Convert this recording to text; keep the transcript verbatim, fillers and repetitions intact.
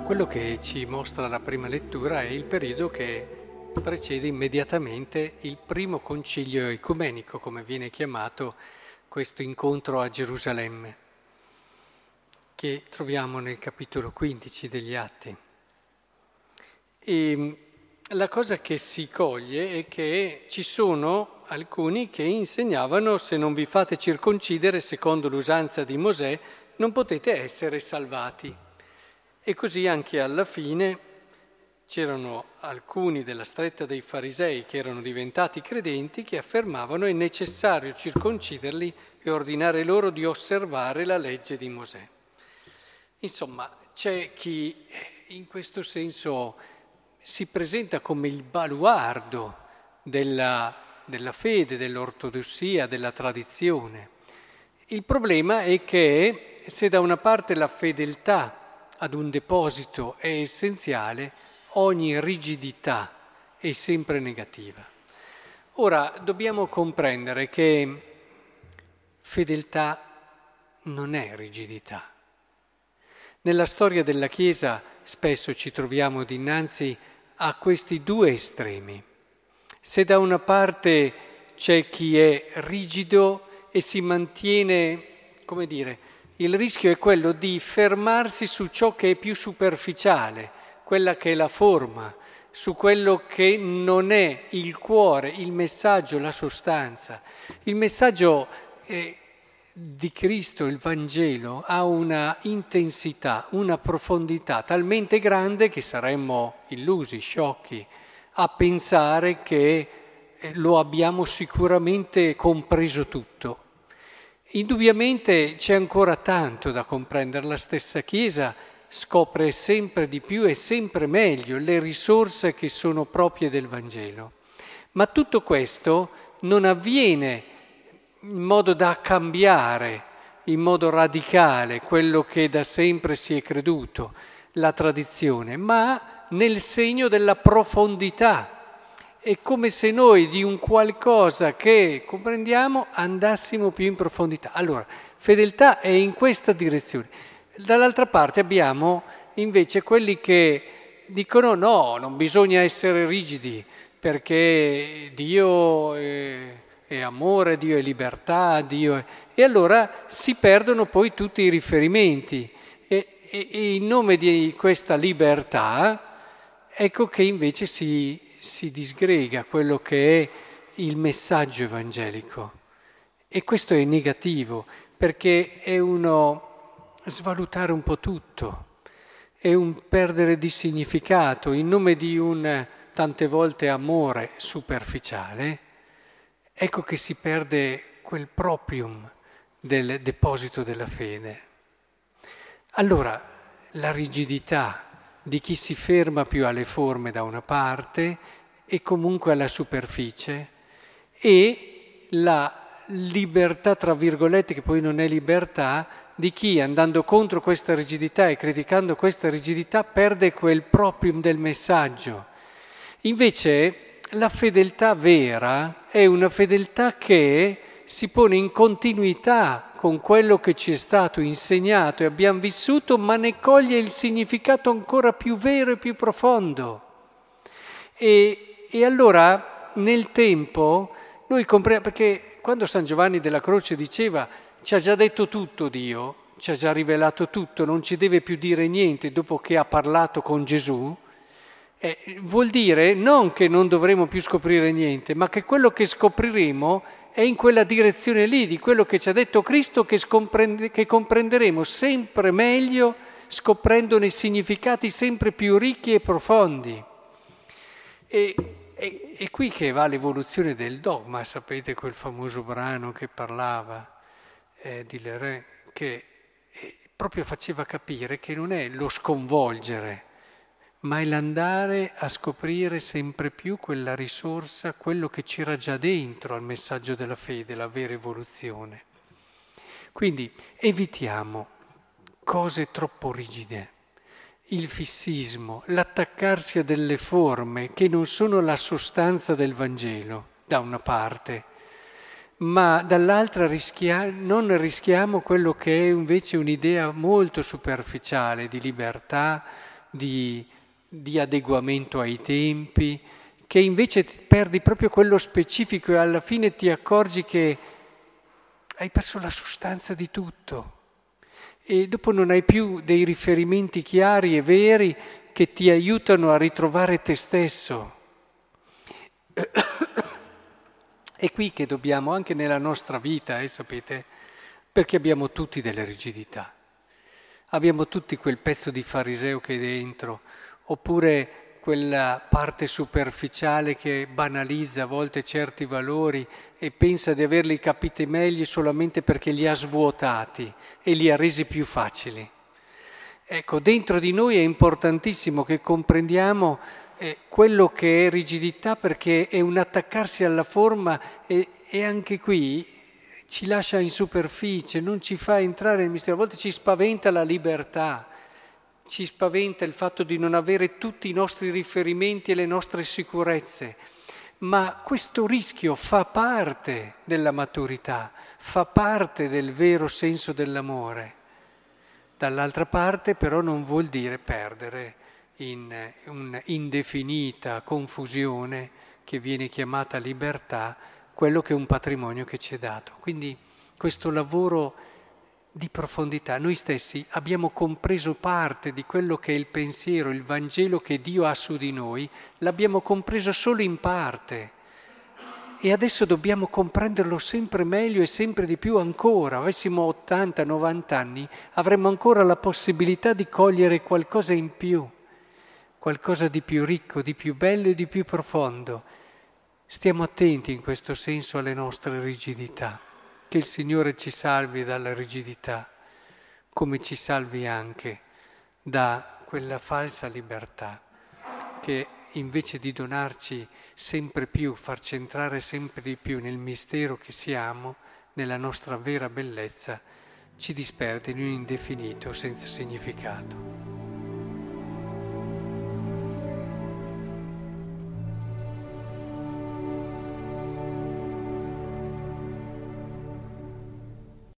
Quello che ci mostra la prima lettura è il periodo che precede immediatamente il primo concilio ecumenico, come viene chiamato questo incontro a Gerusalemme, che troviamo nel capitolo quindici degli Atti. E la cosa che si coglie è che ci sono alcuni che insegnavano: se non vi fate circoncidere secondo l'usanza di Mosè, non potete essere salvati. E così anche alla fine c'erano alcuni della stretta dei farisei che erano diventati credenti che affermavano: è necessario circonciderli e ordinare loro di osservare la legge di Mosè. Insomma, c'è chi in questo senso si presenta come il baluardo della, della fede, dell'ortodossia, della tradizione. Il problema è che se da una parte la fedeltà ad un deposito è essenziale, ogni rigidità è sempre negativa. Ora, dobbiamo comprendere che fedeltà non è rigidità. Nella storia della Chiesa spesso ci troviamo dinanzi a questi due estremi. Se da una parte c'è chi è rigido e si mantiene, come dire, il rischio è quello di fermarsi su ciò che è più superficiale, quella che è la forma, su quello che non è il cuore, il messaggio, la sostanza. Il messaggio eh, di Cristo, il Vangelo, ha una intensità, una profondità talmente grande che saremmo illusi, sciocchi, a pensare che eh, lo abbiamo sicuramente compreso tutto. Indubbiamente c'è ancora tanto da comprendere. La stessa Chiesa scopre sempre di più e sempre meglio le risorse che sono proprie del Vangelo. Ma tutto questo non avviene in modo da cambiare, in modo radicale, quello che da sempre si è creduto, la tradizione, ma nel segno della profondità. È come se noi di un qualcosa che comprendiamo andassimo più in profondità. Allora, fedeltà è in questa direzione. Dall'altra parte abbiamo invece quelli che dicono: no, non bisogna essere rigidi, perché Dio è, è amore, Dio è libertà, Dio è... E allora si perdono poi tutti i riferimenti. E, e, e in nome di questa libertà, ecco che invece si... si disgrega quello che è il messaggio evangelico. E questo è negativo, perché è uno svalutare un po' tutto, è un perdere di significato in nome di un tante volte amore superficiale. Ecco che si perde quel proprium del deposito della fede. Allora, la rigidità di chi si ferma più alle forme da una parte e comunque alla superficie, e la libertà, tra virgolette, che poi non è libertà, di chi, andando contro questa rigidità e criticando questa rigidità, perde quel proprium del messaggio. Invece la fedeltà vera è una fedeltà che si pone in continuità con quello che ci è stato insegnato e abbiamo vissuto, ma ne coglie il significato ancora più vero e più profondo. E, e allora nel tempo noi comprendiamo, perché quando San Giovanni della Croce diceva: ci ha già detto tutto Dio, ci ha già rivelato tutto, non ci deve più dire niente dopo che ha parlato con Gesù, eh, vuol dire non che non dovremo più scoprire niente, ma che quello che scopriremo è in quella direzione lì, di quello che ci ha detto Cristo, che, scomprende, che comprenderemo sempre meglio, scoprendone significati sempre più ricchi e profondi. E, e, e qui che va l'evoluzione del dogma. Sapete quel famoso brano che parlava eh, di Lerè, che eh, proprio faceva capire che non è lo sconvolgere, ma è l'andare a scoprire sempre più quella risorsa, quello che c'era già dentro al messaggio della fede, la vera evoluzione. Quindi evitiamo cose troppo rigide, il fissismo, l'attaccarsi a delle forme che non sono la sostanza del Vangelo, da una parte, ma dall'altra rischia- non rischiamo quello che è invece un'idea molto superficiale di libertà, di, di adeguamento ai tempi, che invece perdi proprio quello specifico e alla fine ti accorgi che hai perso la sostanza di tutto e dopo non hai più dei riferimenti chiari e veri che ti aiutano a ritrovare te stesso. È qui che dobbiamo, anche nella nostra vita, eh, sapete, perché abbiamo tutti delle rigidità, abbiamo tutti quel pezzo di fariseo che è dentro, oppure quella parte superficiale che banalizza a volte certi valori e pensa di averli capiti meglio solamente perché li ha svuotati e li ha resi più facili. Ecco, dentro di noi è importantissimo che comprendiamo eh, quello che è rigidità, perché è un attaccarsi alla forma e, e anche qui ci lascia in superficie, non ci fa entrare nel mistero. A volte ci spaventa la libertà. Ci spaventa il fatto di non avere tutti i nostri riferimenti e le nostre sicurezze, ma questo rischio fa parte della maturità, fa parte del vero senso dell'amore. Dall'altra parte però non vuol dire perdere in un'indefinita confusione che viene chiamata libertà quello che è un patrimonio che ci è dato. Quindi questo lavoro di profondità. Noi stessi abbiamo compreso parte di quello che è il pensiero, il Vangelo che Dio ha su di noi, l'abbiamo compreso solo in parte e adesso dobbiamo comprenderlo sempre meglio e sempre di più ancora. Avessimo ottanta novanta anni, avremmo ancora la possibilità di cogliere qualcosa in più, qualcosa di più ricco, di più bello e di più profondo. Stiamo attenti in questo senso alle nostre rigidità. Che il Signore ci salvi dalla rigidità, come ci salvi anche da quella falsa libertà che invece di donarci sempre più, farci entrare sempre di più nel mistero che siamo, nella nostra vera bellezza, ci disperde in un indefinito senza significato.